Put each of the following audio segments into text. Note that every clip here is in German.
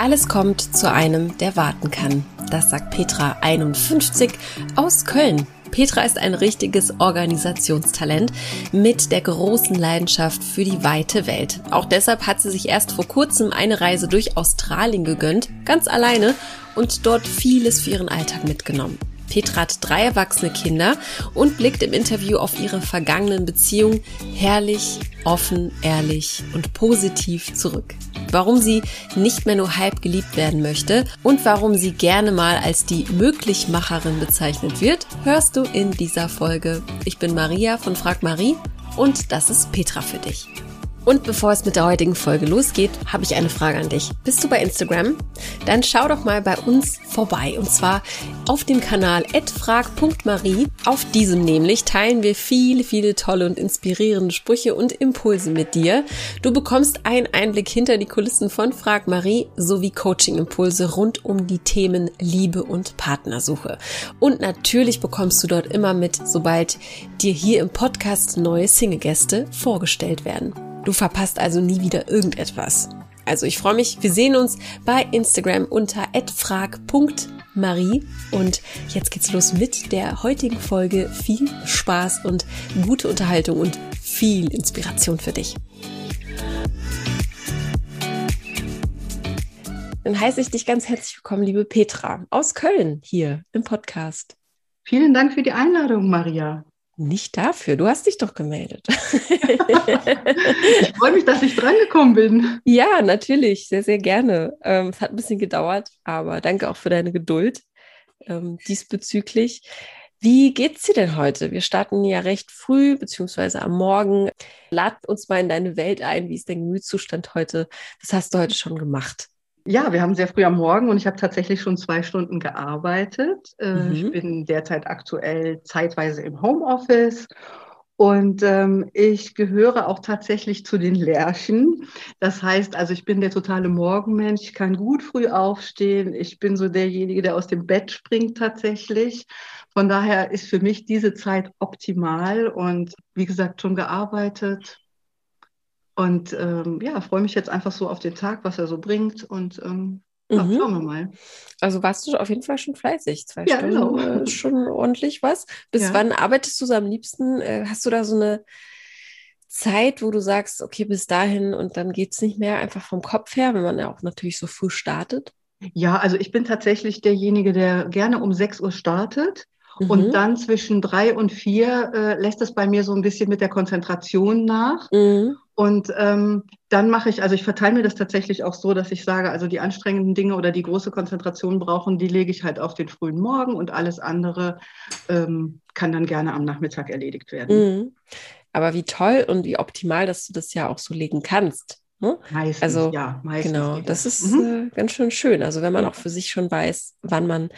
Alles kommt zu einem, der warten kann. Das sagt Petra, 51, aus Köln. Petra ist ein richtiges Organisationstalent mit der großen Leidenschaft für die weite Welt. Auch deshalb hat sie sich erst vor kurzem eine Reise durch Australien gegönnt, ganz alleine, und dort vieles für ihren Alltag mitgenommen. Petra hat 3 erwachsene Kinder und blickt im Interview auf ihre vergangenen Beziehungen herrlich, offen, ehrlich und positiv zurück. Warum sie nicht mehr nur halb geliebt werden möchte und warum sie gerne mal als die Möglichmacherin bezeichnet wird, hörst du in dieser Folge. Ich bin Maria von Frag Marie und das ist Petra für dich. Und bevor es mit der heutigen Folge losgeht, habe ich eine Frage an dich. Bist du bei Instagram? Dann schau doch mal bei uns vorbei. Und zwar auf dem Kanal @frag.marie. Auf diesem nämlich teilen wir viele tolle und inspirierende Sprüche und Impulse mit dir. Du bekommst einen Einblick hinter die Kulissen von Frag Marie sowie Coaching-Impulse rund um die Themen Liebe und Partnersuche. Und natürlich bekommst du dort immer mit, sobald dir hier im Podcast neue Single-Gäste vorgestellt werden. Du verpasst also nie wieder irgendetwas. Also ich freue mich, wir sehen uns bei Instagram unter @frag.marie und jetzt geht's los mit der heutigen Folge. Viel Spaß und gute Unterhaltung und viel Inspiration für dich. Dann heiße ich dich ganz herzlich willkommen, liebe Petra, aus Köln hier im Podcast. Vielen Dank für die Einladung, Maria. Nicht dafür, du hast dich doch gemeldet. Ich freue mich, dass ich drangekommen bin. Ja, natürlich, sehr gerne. Es hat ein bisschen gedauert, aber danke auch für deine Geduld diesbezüglich. Wie geht's dir denn heute? Wir starten ja recht früh, beziehungsweise am Morgen. Lad uns mal in deine Welt ein. Wie ist dein Gemütszustand heute? Was hast du heute schon gemacht? Ja, wir haben sehr früh am Morgen und ich habe tatsächlich schon 2 Stunden gearbeitet. Ich bin derzeit aktuell zeitweise im Homeoffice und ich gehöre auch tatsächlich zu den Lerchen. Das heißt, also ich bin der totale Morgenmensch, ich kann gut früh aufstehen. Ich bin so derjenige, der aus dem Bett springt tatsächlich. Von daher ist für mich diese Zeit optimal und wie gesagt, schon gearbeitet. Und freue mich jetzt einfach so auf den Tag, was er so bringt. Und schauen wir mal. Also warst du auf jeden Fall schon fleißig. 2 Ja, Stunden genau. Ist schon ordentlich was. Bis wann arbeitest du so am liebsten? Hast du da so eine Zeit, wo du sagst, okay, bis dahin und dann geht es nicht mehr, einfach vom Kopf her, wenn man ja auch natürlich so früh startet? Ja, also ich bin tatsächlich derjenige, der gerne um 6 Uhr startet. Und dann zwischen 3 und 4 lässt es bei mir so ein bisschen mit der Konzentration nach. Und dann mache ich, also ich verteile mir das tatsächlich auch so, dass ich sage, also die anstrengenden Dinge oder die große Konzentration brauchen, die lege ich halt auf den frühen Morgen und alles andere kann dann gerne am Nachmittag erledigt werden. Aber wie toll und wie optimal, dass du das ja auch so legen kannst. Ne? Meistens, also, ja. Meistens genau, das ist ganz schön schön. Also wenn man auch für sich schon weiß, wann man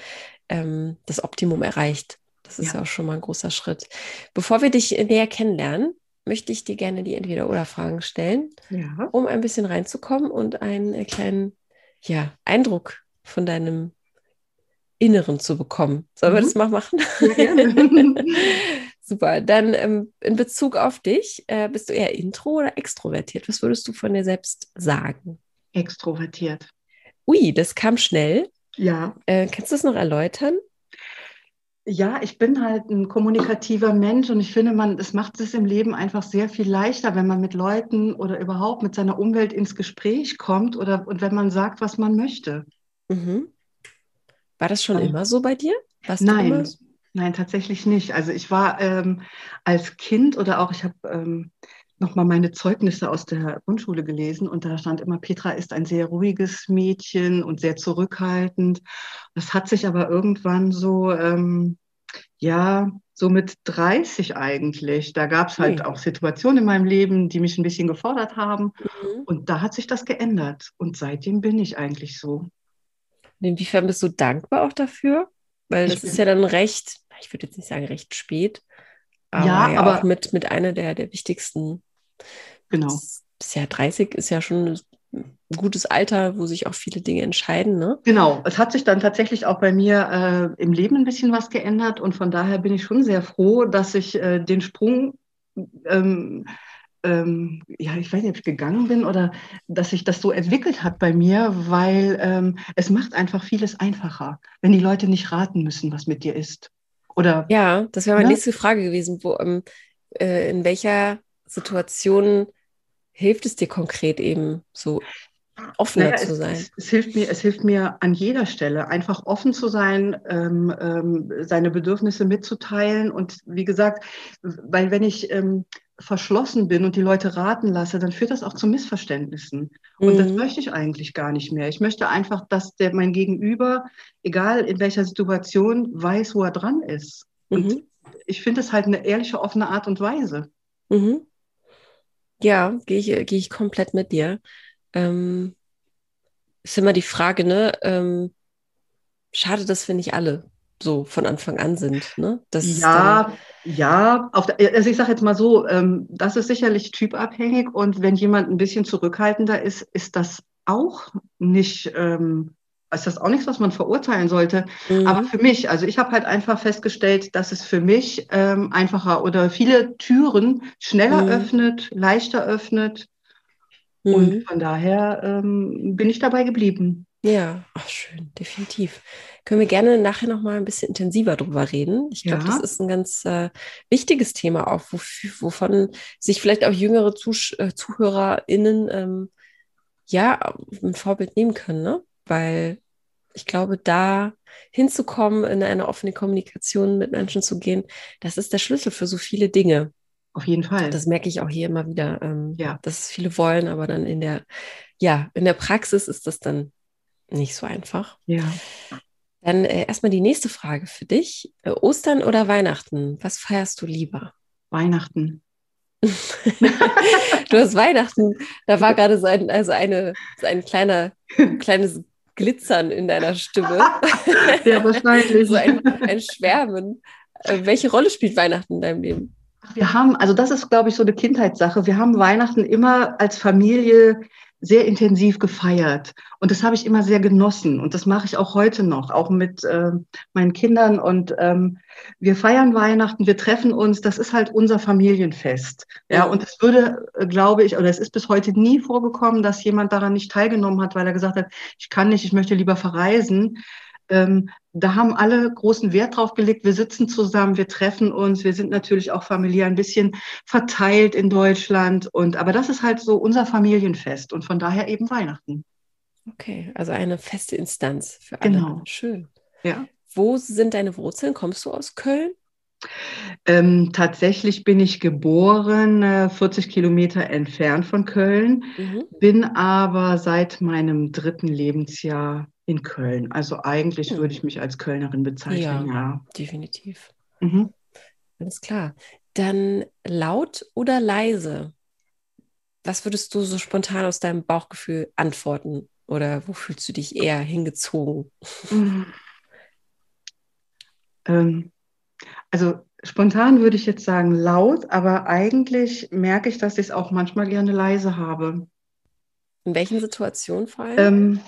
das Optimum erreicht. Das ist ja auch schon mal ein großer Schritt. Bevor wir dich näher kennenlernen, möchte ich dir gerne die Entweder-Oder-Fragen stellen, um ein bisschen reinzukommen und einen kleinen Eindruck von deinem Inneren zu bekommen. Sollen wir das mal machen? Ja, gerne. Super. Dann in Bezug auf dich, bist du eher intro oder extrovertiert? Was würdest du von dir selbst sagen? Extrovertiert. Ui, das kam schnell. Ja. Kannst du das noch erläutern? Ja, ich bin halt ein kommunikativer Mensch und ich finde, es macht es im Leben einfach sehr viel leichter, wenn man mit Leuten oder überhaupt mit seiner Umwelt ins Gespräch kommt und wenn man sagt, was man möchte. War das schon immer so bei dir? Nein, tatsächlich nicht. Also ich war als Kind oder auch, ich habe nochmal meine Zeugnisse aus der Grundschule gelesen und da stand immer, Petra ist ein sehr ruhiges Mädchen und sehr zurückhaltend. Das hat sich aber irgendwann so, so mit 30 eigentlich. Da gab es halt auch Situationen in meinem Leben, die mich ein bisschen gefordert haben. Und da hat sich das geändert. Und seitdem bin ich eigentlich so. Inwiefern bist du dankbar auch dafür? Weil das ist ja dann recht, ich würde jetzt nicht sagen recht spät, aber auch mit einer der wichtigsten. Genau. Bisher 30 ist ja schon ein gutes Alter, wo sich auch viele Dinge entscheiden, ne? Genau, es hat sich dann tatsächlich auch bei mir im Leben ein bisschen was geändert und von daher bin ich schon sehr froh, dass ich den Sprung ja, ich weiß nicht, ob ich gegangen bin oder dass sich das so entwickelt hat bei mir, weil es macht einfach vieles einfacher, wenn die Leute nicht raten müssen, was mit dir ist. Oder, Ja, das wäre meine ne? nächste Frage gewesen. In welcher Situation hilft es dir konkret eben so offener Naja, zu sein? es hilft mir an jeder Stelle, einfach offen zu sein, seine Bedürfnisse mitzuteilen. Und wie gesagt, weil wenn ich verschlossen bin und die Leute raten lasse, dann führt das auch zu Missverständnissen. Und das Mhm. möchte ich eigentlich gar nicht mehr. Ich möchte einfach, dass mein Gegenüber, egal in welcher Situation, weiß, wo er dran ist. Und Mhm. ich finde es halt eine ehrliche, offene Art und Weise. Mhm. Ja, gehe ich komplett mit dir. Ähm, Ist immer die Frage, ne? Schade, dass wir nicht alle so von Anfang an sind, ne? Das ist dann, Ja, ja, also ich sage jetzt mal so, das ist sicherlich typabhängig und wenn jemand ein bisschen zurückhaltender ist, ist das auch nichts, was man verurteilen sollte. Aber mhm. für mich, also ich habe halt einfach festgestellt, dass es für mich einfacher oder viele Türen schneller Mhm. öffnet, leichter öffnet und Mhm. von daher bin ich dabei geblieben. Ja, ach schön, definitiv. Können wir gerne nachher noch mal ein bisschen intensiver drüber reden. Ich glaube, das Ja, ist ein ganz wichtiges Thema auch, wovon sich vielleicht auch jüngere ZuhörerInnen ja ein Vorbild nehmen können, ne? Weil ich glaube, da hinzukommen, in eine offene Kommunikation mit Menschen zu gehen, das ist der Schlüssel für so viele Dinge. auf jeden Fall. Das merke ich auch hier immer wieder, Ja, dass es viele wollen, aber dann ja, in der Praxis ist das dann nicht so einfach. ja, Dann erstmal die nächste Frage für dich. Ostern oder Weihnachten? Was feierst du lieber? Weihnachten. Du hast Weihnachten, da war gerade so ein kleines Glitzern in deiner Stimme. Ja, So wahrscheinlich. ein Schwärmen. Welche Rolle spielt Weihnachten in deinem Leben? Wir haben, also das ist, glaube ich, so eine Kindheitssache. Wir haben Weihnachten immer als Familie sehr intensiv gefeiert. Und das habe ich immer sehr genossen. Und das mache ich auch heute noch, auch mit meinen Kindern. Und wir feiern Weihnachten, wir treffen uns. Das ist halt unser Familienfest. Ja, und Mhm. es würde, glaube ich, oder es ist bis heute nie vorgekommen, dass jemand daran nicht teilgenommen hat, weil er gesagt hat, ich kann nicht, ich möchte lieber verreisen. Da haben alle großen Wert drauf gelegt. Wir sitzen zusammen, wir treffen uns. Wir sind natürlich auch familiär ein bisschen verteilt in Deutschland. Aber das ist halt so unser Familienfest und von daher eben Weihnachten. Okay, also eine feste Instanz für alle. Genau. Schön. Ja. Wo sind deine Wurzeln? Kommst du aus Köln? Tatsächlich bin ich geboren, 40 Kilometer entfernt von Köln, Mhm. bin aber seit meinem dritten Lebensjahr in Köln. Also eigentlich Hm. würde ich mich als Kölnerin bezeichnen, Ja, ja. definitiv. Mhm. Alles klar. Dann laut oder leise? Was würdest du so spontan aus deinem Bauchgefühl antworten? Oder wo fühlst du dich eher hingezogen? Mhm. Ähm, Also spontan würde ich jetzt sagen laut, aber eigentlich merke ich, dass ich es auch manchmal gerne leise habe. In welchen Situationen vor allem? Ähm,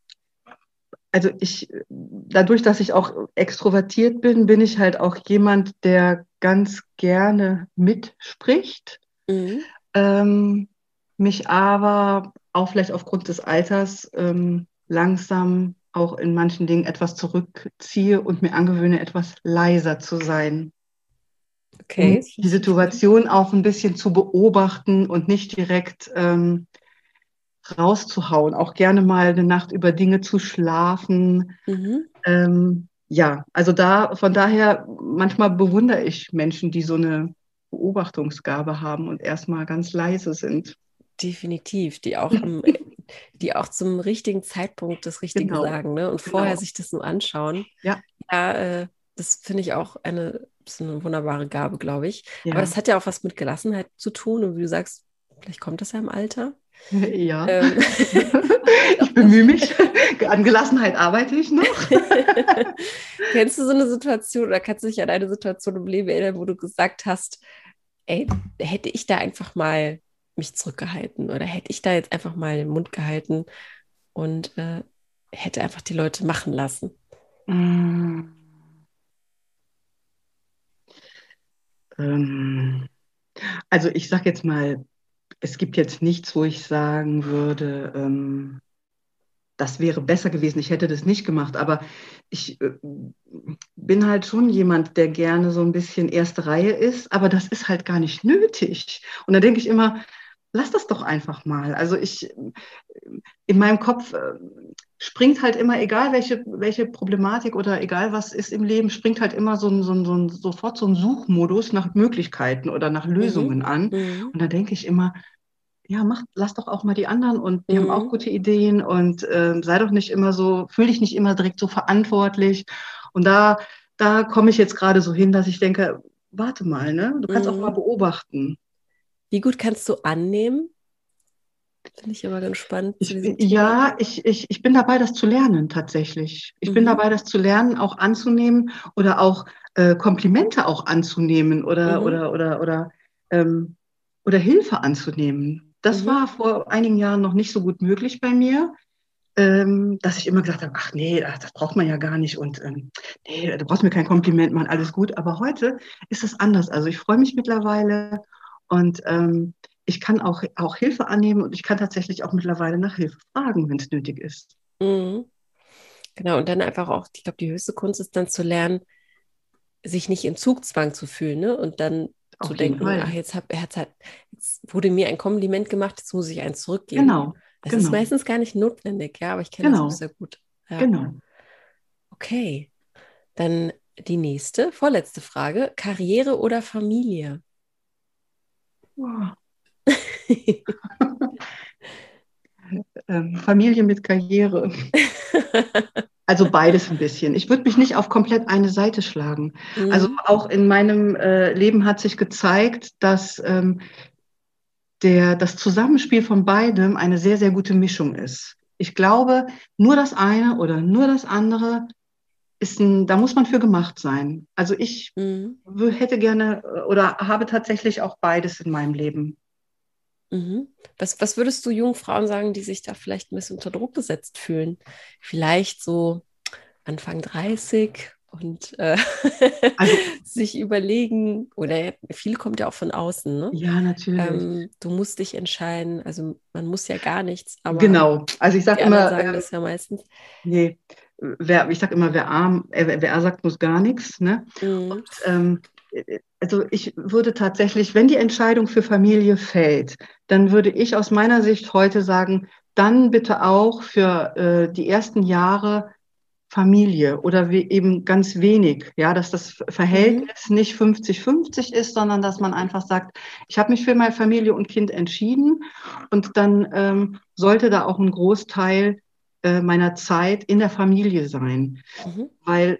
dadurch, dass ich auch extrovertiert bin, bin ich halt auch jemand, der ganz gerne mitspricht, Mhm. ähm, mich aber auch vielleicht aufgrund des Alters langsam auch in manchen Dingen etwas zurückziehe und mir angewöhne, etwas leiser zu sein, Okay, um das die finde ich schön. Situation auch ein bisschen zu beobachten und nicht direkt rauszuhauen. Auch gerne mal eine Nacht über Dinge zu schlafen. Mhm. Ja, also von daher, manchmal bewundere ich Menschen, die so eine Beobachtungsgabe haben und erstmal ganz leise sind. Definitiv, die auch zum richtigen Zeitpunkt das Richtige Genau, sagen, ne? Und vorher genau. sich das nur anschauen. Ja, Ja, das finde ich auch so eine wunderbare Gabe, glaube ich. Aber ja, das hat ja auch was mit Gelassenheit zu tun. Und wie du sagst, vielleicht kommt das ja im Alter. ja. Ähm, vielleicht auch Ich bemühe das. mich. An Gelassenheit arbeite ich noch. Kennst du so eine Situation oder kannst du dich an eine Situation im Leben erinnern, wo du gesagt hast, ey, hätte ich da einfach mal mich zurückgehalten oder hätte ich da jetzt einfach mal den Mund gehalten und hätte einfach die Leute machen lassen? Mm, ähm, Also ich sage jetzt mal, es gibt jetzt nichts, wo ich sagen würde, das wäre besser gewesen, ich hätte das nicht gemacht. Aber ich bin halt schon jemand, der gerne so ein bisschen erste Reihe ist, aber das ist halt gar nicht nötig. Und da denke ich immer, lass das doch einfach mal. Also in meinem Kopf springt halt immer, egal welche Problematik oder egal was ist im Leben, springt halt immer sofort so ein Suchmodus nach Möglichkeiten oder nach Mhm. Lösungen an. Mhm. Und da denke ich immer, ja, lass doch auch mal die anderen und die haben auch Mhm. gute Ideen und sei doch nicht immer so, fühl dich nicht immer direkt so verantwortlich. Und da komme ich jetzt gerade so hin, dass ich denke, warte mal, ne? Du kannst auch mal Mhm. beobachten. Wie gut kannst du annehmen? Finde ich immer ganz spannend zu diesem Thema. Ich bin dabei, das zu lernen tatsächlich. Ich bin Mhm. dabei, das zu lernen, auch anzunehmen oder auch Komplimente auch anzunehmen Mhm. ähm, oder Hilfe anzunehmen. Das Mhm. war vor einigen Jahren noch nicht so gut möglich bei mir, dass ich immer gesagt habe, ach nee, das braucht man ja gar nicht und nee, du brauchst mir kein Kompliment machen, alles gut. Aber heute ist es anders. Also ich freue mich mittlerweile und ich kann auch Hilfe annehmen und ich kann tatsächlich auch mittlerweile nach Hilfe fragen, wenn es nötig ist. Mhm. Genau, und dann einfach auch, ich glaube, die höchste Kunst ist dann zu lernen, sich nicht in Zugzwang zu fühlen, ne? Und dann zu Auf jeden denken, ach, Fall. jetzt wurde mir ein Kompliment gemacht, jetzt muss ich eins zurückgeben. Genau, Das ist genau, meistens gar nicht notwendig, ja, aber ich kenne das auch genau, sehr gut. Ja, genau. okay. Dann die nächste, vorletzte Frage. Karriere oder Familie? Wow. Familie mit Karriere. Also beides ein bisschen. Ich würde mich nicht auf komplett eine Seite schlagen. Also Mhm. auch in meinem Leben hat sich gezeigt, dass das Zusammenspiel von beidem eine sehr, sehr gute Mischung ist. Ich glaube, nur das eine oder nur das andere da muss man für gemacht sein. Also ich Mhm. hätte gerne oder habe tatsächlich auch beides in meinem Leben. Mhm. Was würdest du jungen Frauen sagen, die sich da vielleicht ein bisschen unter Druck gesetzt fühlen? Vielleicht so Anfang 30 und Also sich überlegen, oder viel kommt ja auch von außen, ne? ja, natürlich. Du musst dich entscheiden, also man muss ja gar nichts, aber Genau. Also ich die sage anderen immer, sagen das ja meistens. nee, ich sage immer, wer A sagt, muss gar nichts. Ne? Mhm. Also ich würde tatsächlich, wenn die Entscheidung für Familie fällt, dann würde ich aus meiner Sicht heute sagen, dann bitte auch für die ersten Jahre Familie oder eben ganz wenig, ja, dass das Mhm. Verhältnis nicht 50-50 ist, sondern dass man einfach sagt, ich habe mich für meine Familie und Kind entschieden und dann sollte da auch ein Großteil meiner Zeit in der Familie sein, Mhm. weil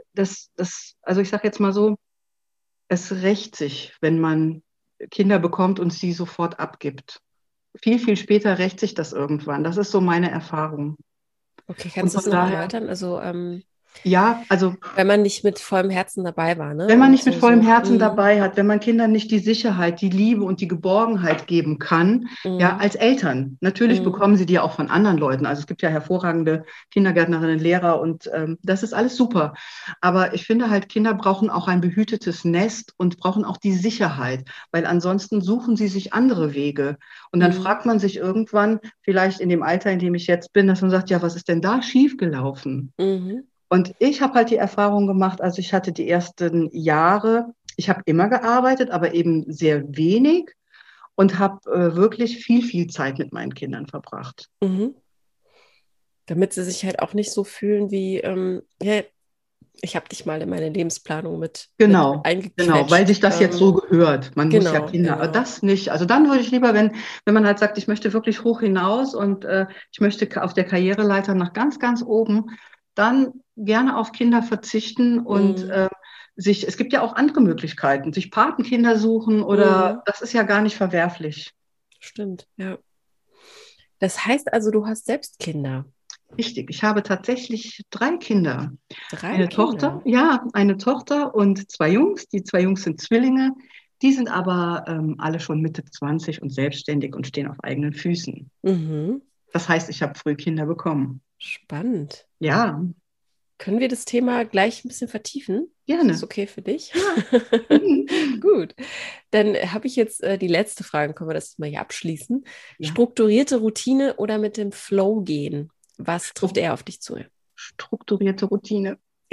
also ich sage jetzt mal so, es rächt sich, wenn man Kinder bekommt und sie sofort abgibt. Viel, viel später rächt sich das irgendwann. Das ist so meine Erfahrung. Okay, Und kannst du von das noch daher, erläutern? Also, ja, also wenn man nicht mit vollem Herzen dabei war, ne? wenn man Und nicht mit so, vollem so, Herzen dabei hat, wenn man Kindern nicht die Sicherheit, die Liebe und die Geborgenheit geben kann, ja, mm, als Eltern. Natürlich mm, bekommen sie die auch von anderen Leuten. Also es gibt ja hervorragende Kindergärtnerinnen, Lehrer und das ist alles super. Aber ich finde halt, Kinder brauchen auch ein behütetes Nest und brauchen auch die Sicherheit, weil ansonsten suchen sie sich andere Wege. Und dann mm, fragt man sich irgendwann, vielleicht in dem Alter, in dem ich jetzt bin, dass man sagt, ja, was ist denn da schiefgelaufen? mhm, Und ich habe halt die Erfahrung gemacht, also ich hatte die ersten Jahre, ich habe immer gearbeitet, aber eben sehr wenig und habe wirklich viel, viel Zeit mit meinen Kindern verbracht. mhm. Damit sie sich halt auch nicht so fühlen wie, ja, ich habe dich mal in meine Lebensplanung mit Genau, weil eingequetscht. sich das jetzt so gehört. Man muss ja Genau, Kinder, genau. das nicht. Also dann würde ich lieber, wenn man halt sagt, ich möchte wirklich hoch hinaus und ich möchte auf der Karriereleiter nach ganz, ganz oben, dann gerne auf Kinder verzichten und Mhm, es gibt ja auch andere Möglichkeiten, sich Patenkinder suchen oder mhm. das ist ja gar nicht verwerflich. Stimmt, ja. Das heißt also, du hast selbst Kinder. Richtig, ich habe tatsächlich 3 Kinder. Drei Eine Tochter, Kinder. ja, eine Tochter und 2 Jungs. Die 2 Jungs sind Zwillinge. Die sind aber alle schon Mitte 20 und selbstständig und stehen auf eigenen Füßen. Mhm. Das heißt, ich habe früh Kinder bekommen. Spannend. Ja, Können wir das Thema gleich ein bisschen vertiefen? Gerne. Ist das okay für dich? Ja. Gut. Dann habe ich jetzt die letzte Frage, können wir das mal hier abschließen. Ja. Strukturierte Routine oder mit dem Flow gehen? Was trifft eher auf dich zu? Strukturierte Routine.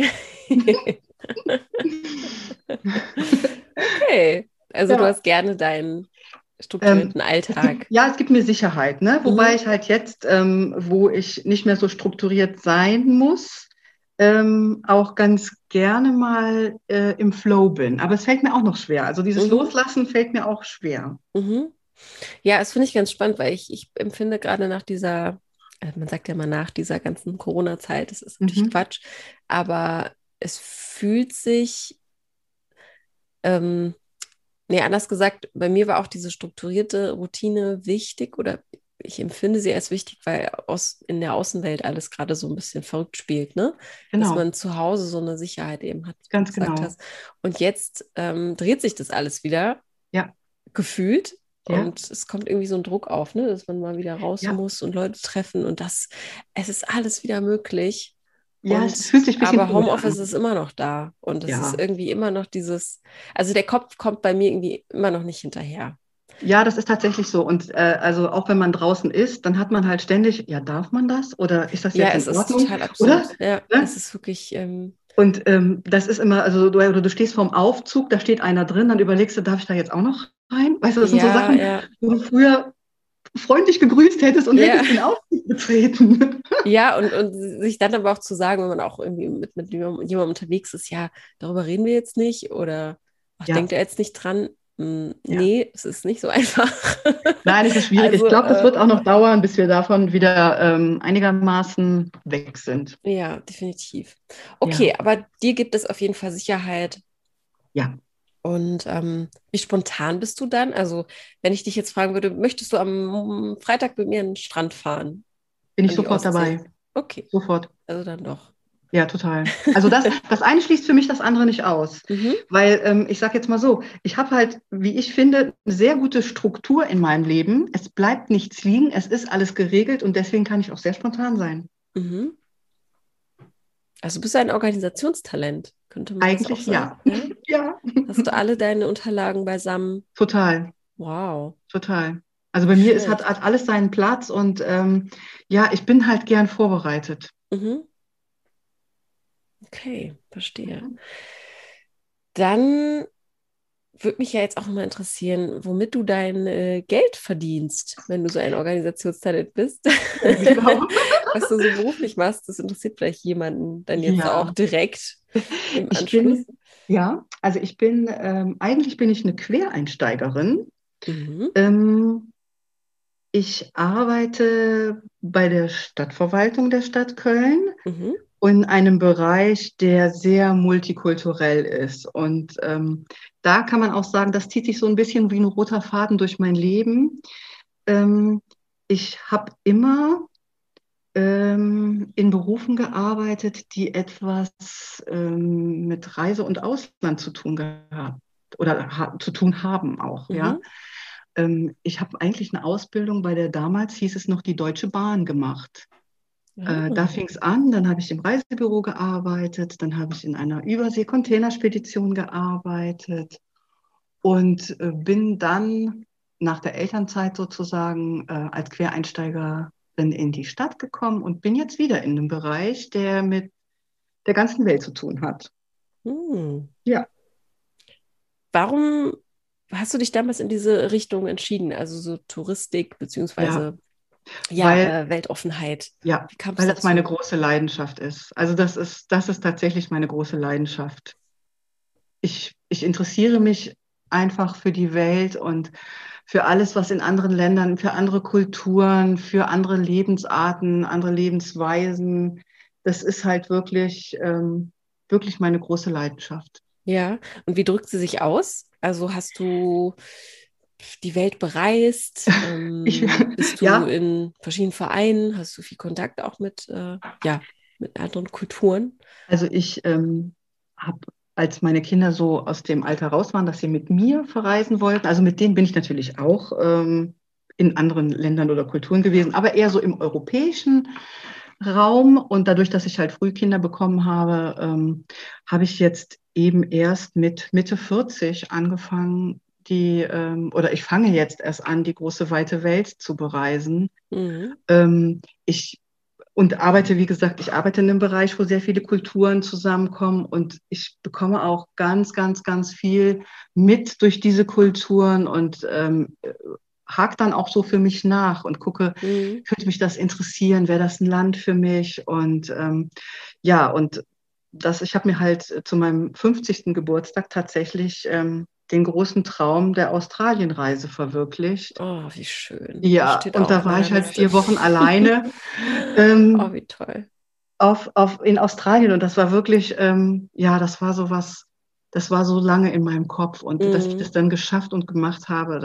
Okay. Also du Ja. hast gerne deinen strukturierten Alltag. Es gibt mir Sicherheit, ne? Wobei ich halt jetzt, wo ich nicht mehr so strukturiert sein muss, auch ganz gerne mal im Flow bin. Aber es fällt mir auch noch schwer. Also dieses Loslassen fällt mir auch schwer. Mhm. Ja, das finde ich ganz spannend, weil ich empfinde gerade nach dieser, man sagt ja mal nach dieser ganzen Corona-Zeit, das ist natürlich Quatsch, aber es fühlt sich, anders gesagt, bei mir war auch diese strukturierte Routine wichtig oder ich empfinde sie als wichtig, weil in der Außenwelt alles gerade so ein bisschen verrückt spielt, ne? Dass Genau, man zu Hause so eine Sicherheit eben hat, wie du ganz gesagt genau. hast. Und jetzt dreht sich das alles wieder, Ja, gefühlt. ja, Und es kommt irgendwie so ein Druck auf, ne? Dass man mal wieder raus ja. muss und Leute treffen und es ist alles wieder möglich. Ja, es fühlt sich ein bisschen Aber komisch Homeoffice an. ist immer noch da und es ist Ja. irgendwie immer noch also der Kopf kommt bei mir irgendwie immer noch nicht hinterher. Ja, das ist tatsächlich so. Und also auch wenn man draußen ist, dann hat man halt ständig, ja, darf man das? Oder ist das Ja, jetzt in es ist Ordnung? total Oder? absurd. Ja, Ne? es ist wirklich, Und das ist immer, also du stehst vorm Aufzug, da steht einer drin, dann überlegst du, darf ich da jetzt auch noch rein? Weißt du, das sind so ja, Sachen, ja, wo du früher freundlich gegrüßt hättest und ja. hättest den Aufzug betreten. Ja, und sich dann aber auch zu sagen, wenn man auch irgendwie mit jemandem unterwegs ist, ja, darüber reden wir jetzt nicht oder ach, Ja, denkt er jetzt nicht dran? ja. Nee, es ist nicht so einfach. Nein, es ist schwierig. Ich Also, glaube, das wird auch noch dauern, bis wir davon wieder einigermaßen weg sind. ja, definitiv. Ja, Okay, aber dir gibt es auf jeden Fall Sicherheit. ja, Und wie spontan bist du dann? Also, wenn ich dich jetzt fragen würde, möchtest du am Freitag mit mir an den Strand fahren, bin ich an die sofort Ostsee? dabei. Okay, Sofort. also dann doch. Ja, total. Also das eine schließt für mich das andere nicht aus. Mhm. Weil ich sage jetzt mal so, ich habe halt, wie ich finde, eine sehr gute Struktur in meinem Leben. Es bleibt nichts liegen, es ist alles geregelt und deswegen kann ich auch sehr spontan sein. Mhm. Also bist du ein Organisationstalent, könnte man das auch Eigentlich sagen? ja. Ja? Ja, Hast du alle deine Unterlagen beisammen? total, Wow. total. Also bei mir hat alles seinen Platz und ja, ich bin halt gern vorbereitet. Mhm. Okay, verstehe. Dann würde mich ja jetzt auch noch mal interessieren, womit du dein Geld verdienst, wenn du so ein Organisationstalent bist. Genau. Was du so beruflich machst, das interessiert vielleicht jemanden dann jetzt auch Ja, direkt im ich Anschluss. bin, also eigentlich bin ich eine Quereinsteigerin. Mhm. Ähm, Ich arbeite bei der Stadtverwaltung der Stadt Köln Mhm. in einem Bereich, der sehr multikulturell ist. Und da kann man auch sagen, das zieht sich so ein bisschen wie ein roter Faden durch mein Leben. Ähm, Ich habe immer in Berufen gearbeitet, die etwas mit Reise und Ausland zu tun gehabt oder zu tun haben auch, ja. Mhm. Ich habe eigentlich eine Ausbildung bei der damals hieß es noch die Deutsche Bahn gemacht. Da Ah. fing es an, dann habe ich im Reisebüro gearbeitet, dann habe ich in einer Übersee-Containerspedition gearbeitet und bin dann nach der Elternzeit sozusagen als Quereinsteigerin in die Stadt gekommen und bin jetzt wieder in einem Bereich, der mit der ganzen Welt zu tun hat. Hm. Ja, Warum hast du dich damals in diese Richtung entschieden? Also so Touristik ja, beziehungsweise ja, weil Weltoffenheit. Ja, Wie kam es weil das meine dazu? große Leidenschaft ist. Also das ist tatsächlich meine große Leidenschaft. Ich interessiere mich einfach für die Welt und für alles, was in anderen Ländern, für andere Kulturen, für andere Lebensarten, andere Lebensweisen. Das ist halt wirklich meine große Leidenschaft. Ja, und wie drückt sie sich aus? Also hast du die Welt bereist? Ich, Bist du ja, in verschiedenen Vereinen? Hast du viel Kontakt auch mit anderen Kulturen? also ich habe, als meine Kinder so aus dem Alter raus waren, dass sie mit mir verreisen wollten, also mit denen bin ich natürlich auch in anderen Ländern oder Kulturen gewesen, aber eher so im europäischen. Raum. Und dadurch, dass ich halt früh Kinder bekommen habe, habe ich jetzt eben erst mit Mitte 40 angefangen, oder ich fange jetzt erst an, die große weite Welt zu bereisen. Mhm. Ich und arbeite, wie gesagt, ich arbeite in einem Bereich, wo sehr viele Kulturen zusammenkommen und ich bekomme auch ganz, ganz, ganz viel mit durch diese Kulturen und hake dann auch so für mich nach und gucke, Mhm. könnte mich das interessieren, wäre das ein Land für mich? Und ja, und ich habe mir halt zu meinem 50. Geburtstag tatsächlich den großen Traum der Australienreise verwirklicht. Oh, wie schön. Das Ja, steht und auch da auf war meiner ich halt Liste. 4 Wochen alleine. Oh, Ähm, wie toll. in Australien und das war wirklich, ja, das war so was, das war so lange in meinem Kopf und dass ich das Mhm. dann geschafft und gemacht habe,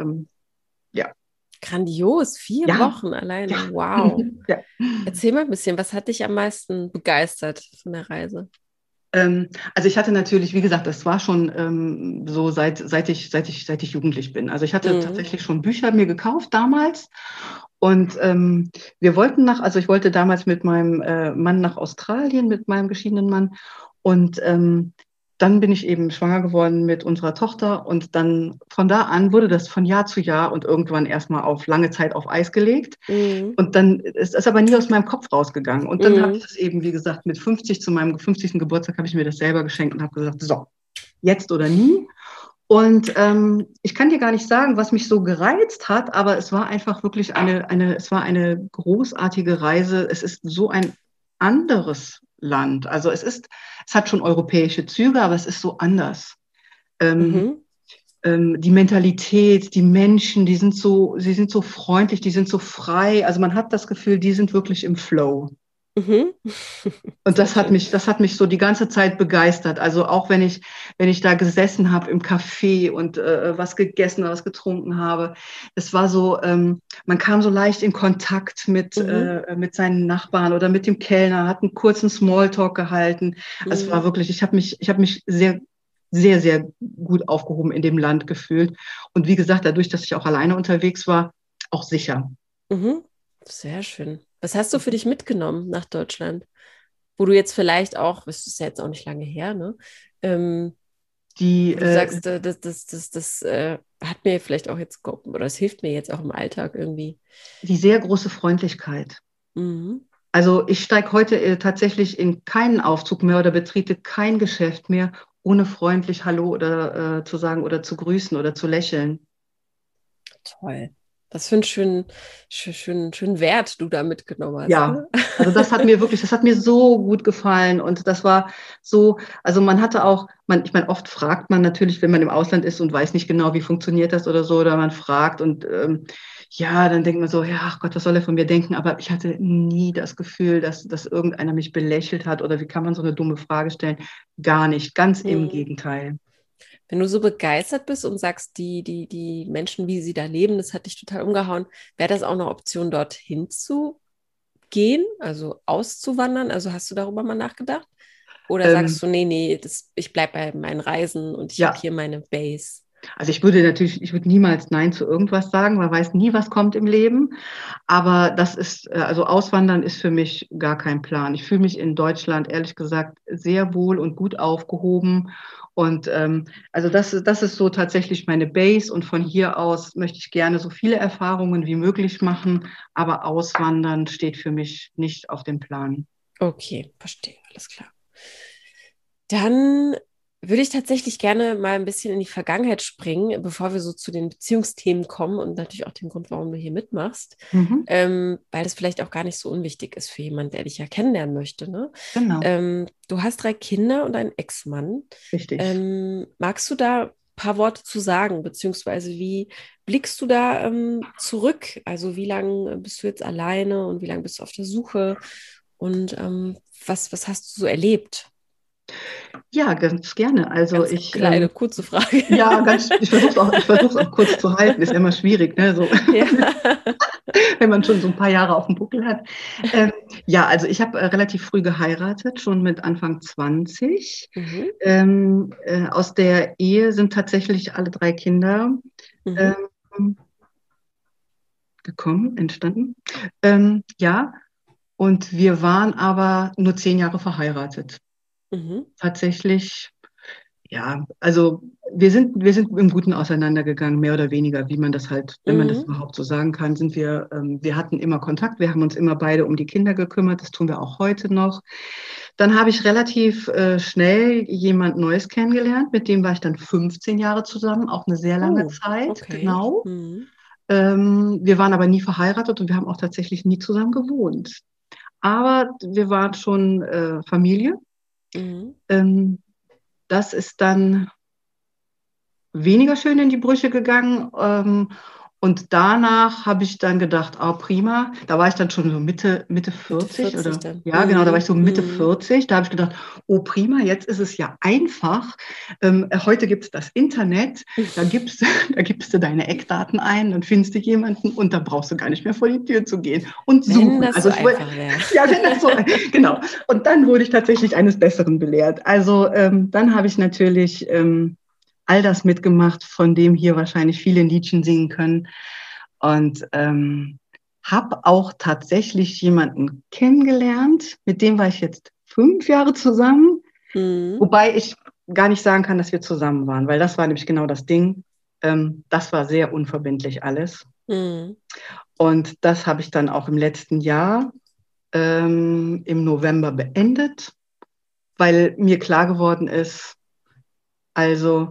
ja, Grandios, vier ja, Wochen alleine. ja, Wow. ja. Erzähl mal ein bisschen, was hat dich am meisten begeistert von der Reise? Also ich hatte natürlich, wie gesagt, das war schon so seit ich jugendlich bin. Also ich hatte Mhm. tatsächlich schon Bücher mir gekauft damals und also ich wollte damals mit meinem Mann nach Australien, mit meinem geschiedenen Mann und dann bin ich eben schwanger geworden mit unserer Tochter und dann von da an wurde das von Jahr zu Jahr und irgendwann erstmal auf lange Zeit auf Eis gelegt. Mhm. Und dann ist das aber nie aus meinem Kopf rausgegangen. Und dann habe ich Mhm. das eben, wie gesagt, mit 50 zu meinem 50. Geburtstag habe ich mir das selber geschenkt und habe gesagt, so, jetzt oder nie. Und ich kann dir gar nicht sagen, was mich so gereizt hat, aber es war einfach wirklich es war eine großartige Reise. Es ist so ein anderes Land. Also es hat schon europäische Züge, aber es ist so anders. Ähm, Mhm. die Mentalität, die Menschen, sie sind so freundlich, die sind so frei. Also man hat das Gefühl, die sind wirklich im Flow. Mhm. Und Sehr schön. das hat mich so die ganze Zeit begeistert. Also auch wenn ich da gesessen habe im Café und was gegessen oder was getrunken habe, es war so, man kam so leicht in Kontakt Mhm. mit seinen Nachbarn oder mit dem Kellner, hat einen kurzen Smalltalk gehalten. Es war Mhm. wirklich, ich habe mich sehr, sehr, sehr gut aufgehoben in dem Land gefühlt. Und wie gesagt, dadurch, dass ich auch alleine unterwegs war, auch sicher. Mhm. Sehr schön. Was hast du für dich mitgenommen nach Deutschland? Wo du jetzt vielleicht auch, das ist ja jetzt auch nicht lange her, ne? Ähm, Die, Wo du sagst, das hat mir vielleicht auch jetzt geholfen oder es hilft mir jetzt auch im Alltag irgendwie. die sehr große Freundlichkeit. Mhm. Also ich steige heute tatsächlich in keinen Aufzug mehr oder betrete kein Geschäft mehr, ohne freundlich Hallo oder zu sagen oder zu grüßen oder zu lächeln. Toll. Was für einen schönen Wert du da mitgenommen hast, Ja, ne? also das hat mir so gut gefallen und das war so, also man hatte auch, ich meine, oft fragt man natürlich, wenn man im Ausland ist und weiß nicht genau, wie funktioniert das oder so, oder man fragt und ja, dann denkt man so, ja, ach Gott, was soll er von mir denken? Aber ich hatte nie das Gefühl, dass irgendeiner mich belächelt hat oder wie kann man so eine dumme Frage stellen? Gar nicht, ganz im Hm. Gegenteil. Wenn du so begeistert bist und sagst, die Menschen, wie sie da leben, das hat dich total umgehauen, wäre das auch eine Option, dorthin zu gehen, also auszuwandern? Also hast du darüber mal nachgedacht? Oder sagst Ähm, du, nee, ich bleibe bei meinen Reisen und ich habe ja, hier meine Base? also ich würde niemals Nein zu irgendwas sagen, man weiß nie, was kommt im Leben. Aber also Auswandern ist für mich gar kein Plan. Ich fühle mich in Deutschland, ehrlich gesagt, sehr wohl und gut aufgehoben. Und also das ist so tatsächlich meine Base. Und von hier aus möchte ich gerne so viele Erfahrungen wie möglich machen. Aber Auswandern steht für mich nicht auf dem Plan. Okay, verstehe, alles klar. Dann würde ich tatsächlich gerne mal ein bisschen in die Vergangenheit springen, bevor wir so zu den Beziehungsthemen kommen und natürlich auch den Grund, warum du hier mitmachst, Mhm, weil das vielleicht auch gar nicht so unwichtig ist für jemanden, der dich ja kennenlernen möchte. Ne? genau, Du hast 3 Kinder und einen Ex-Mann. richtig. Magst du da ein paar Worte zu sagen, beziehungsweise wie blickst du da zurück? Also wie lange bist du jetzt alleine und wie lange bist du auf der Suche und was hast du so erlebt? Ja, ganz gerne. Also Ganz kleine, kurze Frage. ja, ich versuche es auch kurz zu halten. Ist ja immer schwierig, ne? So. Ja. Wenn man schon so ein paar Jahre auf dem Buckel hat. Ähm, ja, also ich habe relativ früh geheiratet, schon mit Anfang 20. Mhm. Aus der Ehe sind tatsächlich alle 3 Kinder Mhm. ähm, entstanden. Ja, Und wir waren aber nur 10 Jahre verheiratet. Mhm. Tatsächlich, ja, also wir sind im Guten auseinandergegangen, mehr oder weniger, wie man das halt, wenn man das Mhm. überhaupt so sagen kann, wir hatten immer Kontakt, wir haben uns immer beide um die Kinder gekümmert, das tun wir auch heute noch. Dann habe ich relativ schnell jemand Neues kennengelernt, mit dem war ich dann 15 Jahre zusammen, auch eine sehr lange Oh, Zeit, okay. genau. Mhm. Wir waren aber nie verheiratet und wir haben auch tatsächlich nie zusammen gewohnt. Aber wir waren schon Familie. Mhm. Ähm, Das ist dann weniger schön in die Brüche gegangen. Und danach habe ich dann gedacht, oh prima, da war ich dann schon so Mitte Mitte 40 40 oder dann. ja, genau, da war Mhm. ich so Mitte Mhm. 40. Da habe ich gedacht, oh prima, jetzt ist es ja einfach. Heute gibt es das Internet, da gibst, da gibst du deine Eckdaten ein, dann findest du jemanden und da brauchst du gar nicht mehr vor die Tür zu gehen und Wenn suchen. das Also so ich wollte, einfach wäre. ja, wenn das so, genau. Und dann wurde ich tatsächlich eines Besseren belehrt. Also dann habe ich natürlich all das mitgemacht, von dem hier wahrscheinlich viele ein Liedchen singen können. Und habe auch tatsächlich jemanden kennengelernt, mit dem war ich jetzt 5 Jahre zusammen, Mhm. wobei ich gar nicht sagen kann, dass wir zusammen waren, weil das war nämlich genau das Ding. Das war sehr unverbindlich alles. Mhm. Und das habe ich dann auch im letzten Jahr im November beendet, weil mir klar geworden ist, also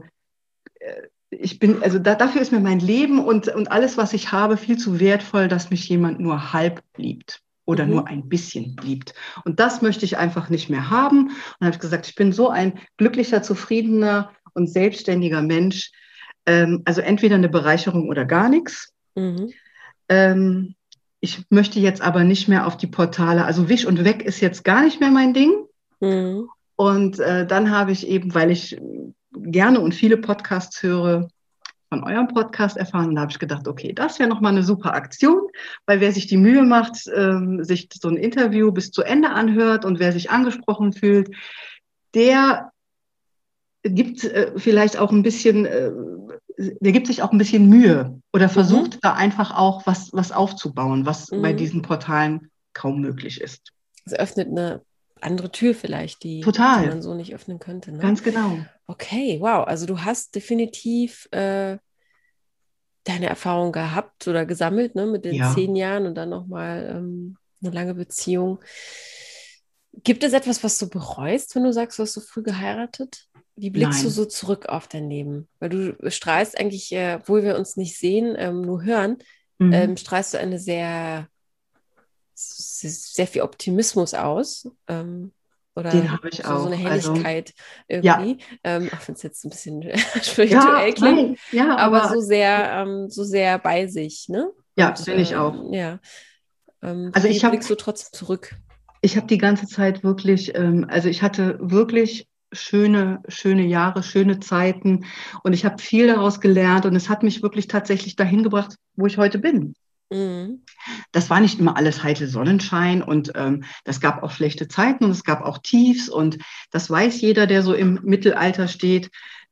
dafür ist mir mein Leben und alles, was ich habe, viel zu wertvoll, dass mich jemand nur halb liebt oder nur Mhm. ein bisschen liebt. Und das möchte ich einfach nicht mehr haben. Und habe ich gesagt, ich bin so ein glücklicher, zufriedener und selbstständiger Mensch. Also entweder eine Bereicherung oder gar nichts. Mhm. Ähm, Ich möchte jetzt aber nicht mehr auf die Portale, also Wisch und Weg ist jetzt gar nicht mehr mein Ding. Mhm. Und dann habe ich eben, weil ich gerne und viele Podcasts höre, von eurem Podcast erfahren. Und da habe ich gedacht, okay, das wäre nochmal eine super Aktion, weil wer sich die Mühe macht, sich so ein Interview bis zu Ende anhört und wer sich angesprochen fühlt, der gibt vielleicht auch ein bisschen, der gibt sich auch ein bisschen Mühe oder Mhm. versucht da einfach auch was aufzubauen, was bei Mhm. diesen Portalen kaum möglich ist. Es öffnet eine andere Tür vielleicht, die Total, man so nicht öffnen könnte, ne? ganz genau. Okay, wow. Also du hast definitiv deine Erfahrung gehabt oder gesammelt, ne, mit den Ja, 10 Jahren und dann nochmal eine lange Beziehung. Gibt es etwas, was du bereust, wenn du sagst, du hast so früh geheiratet? Wie blickst du nein. so zurück auf dein Leben? Weil du strahlst eigentlich, obwohl wir uns nicht sehen, nur hören, Mhm. strahlst du eine sehr viel Optimismus aus. Den Oder habe ich so eine auch. Also, Helligkeit ja, irgendwie. Auch wenn es jetzt ein bisschen ja, spirituell klingt, nein, ja, aber aber so sehr bei sich, ne? ja, Und bin ich auch. ja, Also wie blickst du trotzdem zurück? ich habe die ganze Zeit wirklich, also ich hatte wirklich schöne Jahre, schöne Zeiten und ich habe viel daraus gelernt und es hat mich wirklich tatsächlich dahin gebracht, wo ich heute bin. Mhm. Das war nicht immer alles heitel Sonnenschein und das gab auch schlechte Zeiten und es gab auch Tiefs und das weiß jeder, der so im Mittelalter steht.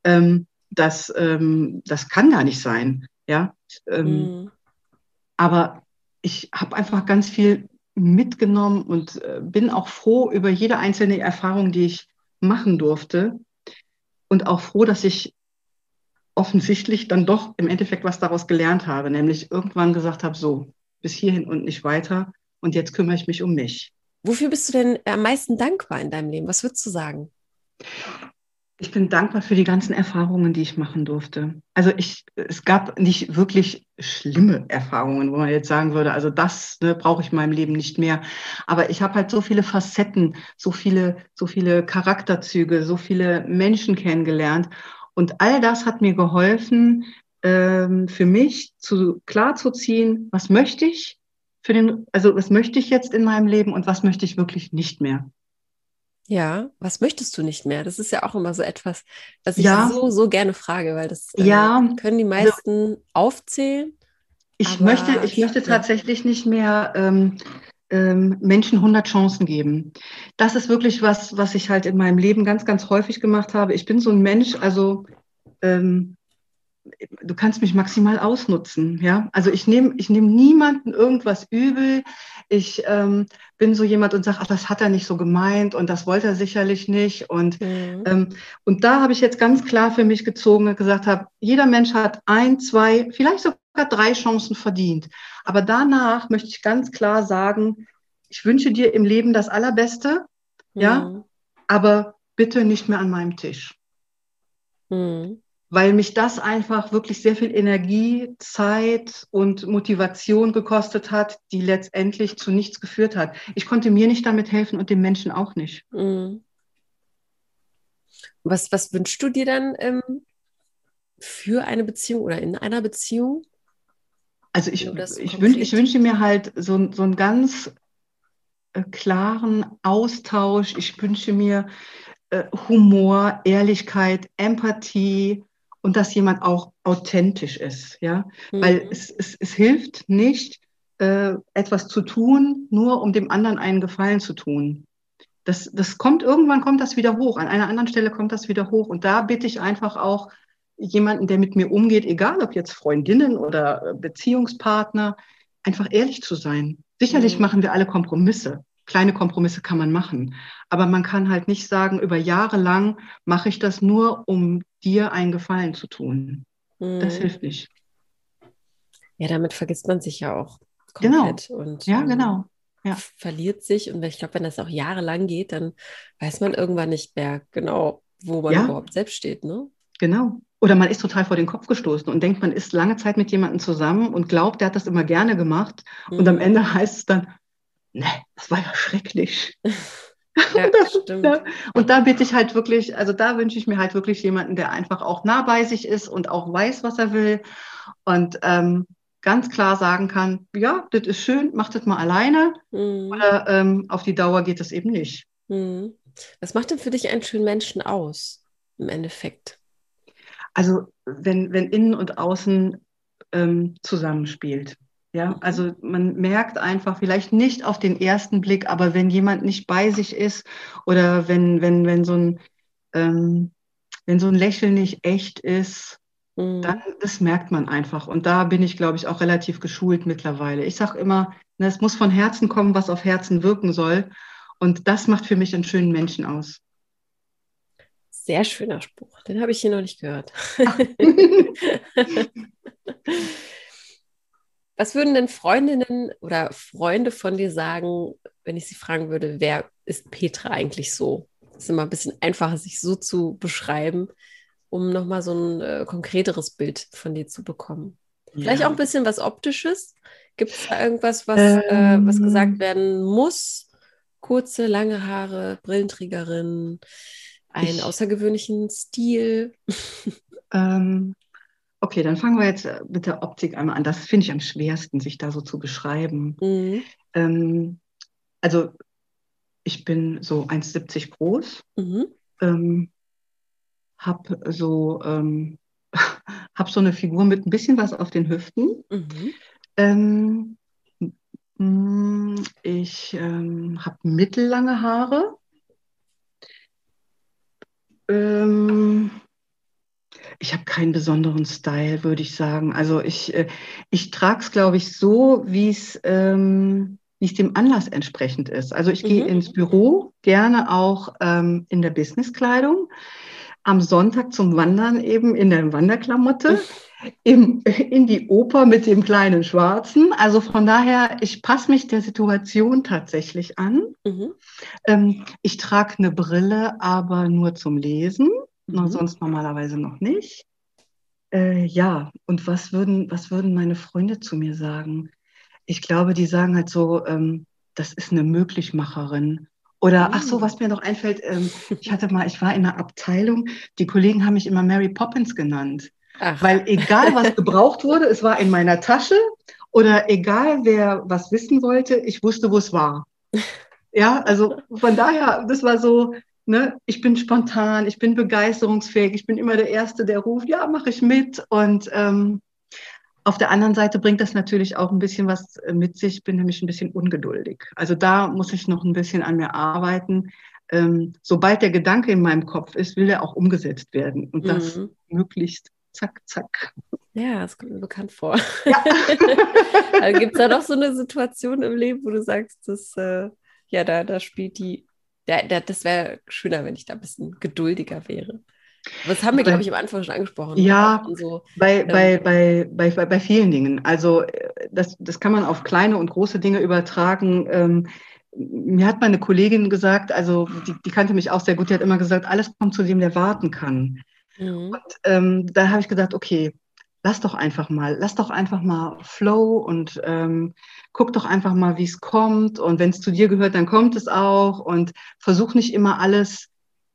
Das kann gar nicht sein, ja. Ähm, Mhm. Aber ich habe einfach ganz viel mitgenommen und bin auch froh über jede einzelne Erfahrung, die ich machen durfte. Und auch froh, dass ich offensichtlich dann doch im Endeffekt was daraus gelernt habe, nämlich irgendwann gesagt habe, so, bis hierhin und nicht weiter. Und jetzt kümmere ich mich um mich. Wofür bist du denn am meisten dankbar in deinem Leben? Was würdest du sagen? Ich bin dankbar für die ganzen Erfahrungen, die ich machen durfte. Also es gab nicht wirklich schlimme Erfahrungen, wo man jetzt sagen würde, also das, ne, brauche ich in meinem Leben nicht mehr. Aber ich habe halt so viele Facetten, so viele Charakterzüge, so viele Menschen kennengelernt. Und all das hat mir geholfen, für mich klar zu ziehen, was möchte ich also was möchte ich jetzt in meinem Leben und was möchte ich wirklich nicht mehr. Ja, was möchtest du nicht mehr? Das ist ja auch immer so etwas, was ich Ja, so gerne frage, weil das ja, können die also meisten aufzählen, ich möchte, aber ich möchte ja. tatsächlich nicht mehr Menschen 100 Chancen geben. Das ist wirklich was ich halt in meinem Leben ganz häufig gemacht habe. Ich bin so ein Mensch, also ähm, du kannst mich maximal ausnutzen, ja. Also ich nehm niemanden irgendwas übel. Ich bin so jemand und sage, ach, das hat er nicht so gemeint und das wollte er sicherlich nicht. Und da habe ich jetzt ganz klar für mich gezogen und gesagt habe, jeder Mensch hat 1, 2, vielleicht sogar 3 Chancen verdient. Aber danach möchte ich ganz klar sagen, ich wünsche dir im Leben das Allerbeste, ja, aber bitte nicht mehr an meinem Tisch. Weil mich das einfach wirklich sehr viel Energie, Zeit und Motivation gekostet hat, die letztendlich zu nichts geführt hat. Ich konnte mir nicht damit helfen und dem Menschen auch nicht. Was wünschst du dir dann für eine Beziehung oder in einer Beziehung? Also ich wünsche mir halt so einen ganz klaren Austausch. Ich wünsche mir Humor, Ehrlichkeit, Empathie und dass jemand auch authentisch ist, ja, weil es hilft nicht, etwas zu tun, nur um dem anderen einen Gefallen zu tun. Irgendwann kommt das wieder hoch, an einer anderen Stelle kommt das wieder hoch und da bitte ich einfach auch jemanden, der mit mir umgeht, egal ob jetzt Freundinnen oder Beziehungspartner, einfach ehrlich zu sein. Sicherlich machen wir alle Kompromisse. Kleine Kompromisse kann man machen. Aber man kann halt nicht sagen, über Jahre lang mache ich das nur, um dir einen Gefallen zu tun. Das hilft nicht. Ja, damit vergisst man sich ja auch komplett. Genau. Und ja, genau. Ja. verliert sich. Und ich glaube, wenn das auch jahrelang geht, dann weiß man irgendwann nicht mehr genau, wo man überhaupt selbst steht, ne? Genau. Oder man ist total vor den Kopf gestoßen und denkt, man ist lange Zeit mit jemandem zusammen und glaubt, der hat das immer gerne gemacht. Und am Ende heißt es dann, ne, das war ja schrecklich. Ja, stimmt. Und da bitte ich halt wirklich, also da wünsche ich mir halt wirklich jemanden, der einfach auch nah bei sich ist und auch weiß, was er will und ganz klar sagen kann, ja, das ist schön, mach das mal alleine oder auf die Dauer geht das eben nicht. Was macht denn für dich einen schönen Menschen aus, im Endeffekt? Also wenn innen und außen zusammenspielt. Ja, also man merkt einfach, vielleicht nicht auf den ersten Blick, aber wenn jemand nicht bei sich ist oder wenn so ein Lächeln nicht echt ist, dann das merkt man einfach. Und da bin ich, glaube ich, auch relativ geschult mittlerweile. Ich sage immer, ne, es muss von Herzen kommen, was auf Herzen wirken soll. Und das macht für mich einen schönen Menschen aus. Sehr schöner Spruch. Den habe ich hier noch nicht gehört. Was würden denn Freundinnen oder Freunde von dir sagen, wenn ich sie fragen würde, wer ist Petra eigentlich so? Das ist immer ein bisschen einfacher, sich so zu beschreiben, um nochmal so ein konkreteres Bild von dir zu bekommen. Vielleicht auch ein bisschen was Optisches. Gibt es da irgendwas, was gesagt werden muss? Kurze, lange Haare, Brillenträgerin, einen außergewöhnlichen Stil? Okay, dann fangen wir jetzt mit der Optik einmal an. Das finde ich am schwersten, sich da so zu beschreiben. Also ich bin so 1,70 groß, habe so, hab so eine Figur mit ein bisschen was auf den Hüften. Ich habe mittellange Haare. Ich habe keinen besonderen Style, würde ich sagen. Also ich trage es, glaube ich, so, wie es dem Anlass entsprechend ist. Also ich gehe ins Büro, gerne auch in der Businesskleidung. Am Sonntag zum Wandern eben in der Wanderklamotte. In die Oper mit dem kleinen Schwarzen. Also von daher, ich passe mich der Situation tatsächlich an. Ich trage eine Brille, aber nur zum Lesen. Sonst normalerweise noch nicht. Ja, und was würden meine Freunde zu mir sagen? Ich glaube, die sagen halt so, das ist eine Möglichmacherin. Oder, ach so, was mir noch einfällt, ich war in einer Abteilung, die Kollegen haben mich immer Mary Poppins genannt. Ach. Weil egal, was gebraucht wurde, es war in meiner Tasche oder egal, wer was wissen wollte, ich wusste, wo es war. Ja, also von daher, das war so, ne, ich bin spontan, ich bin begeisterungsfähig, ich bin immer der Erste, der ruft, ja, mache ich mit. Und auf der anderen Seite bringt das natürlich auch ein bisschen was mit sich. Ich bin nämlich ein bisschen ungeduldig. Also da muss ich noch ein bisschen an mir arbeiten. Sobald der Gedanke in meinem Kopf ist, will er auch umgesetzt werden und das möglichst zack, zack. Ja, das kommt mir bekannt vor. Ja. Also gibt es da noch so eine Situation im Leben, wo du sagst, dass, da spielt das wäre schöner, wenn ich da ein bisschen geduldiger wäre. Aber das haben wir, glaube ich, am Anfang schon angesprochen. Ja, So, bei vielen Dingen. Also das kann man auf kleine und große Dinge übertragen. Mir hat meine Kollegin gesagt, also die kannte mich auch sehr gut, die hat immer gesagt, alles kommt zu dem, der warten kann. mhm. Und da habe ich gesagt, okay, lass doch einfach mal Flow und guck doch einfach mal, wie es kommt. Und wenn es zu dir gehört, dann kommt es auch. Und versuch nicht immer alles.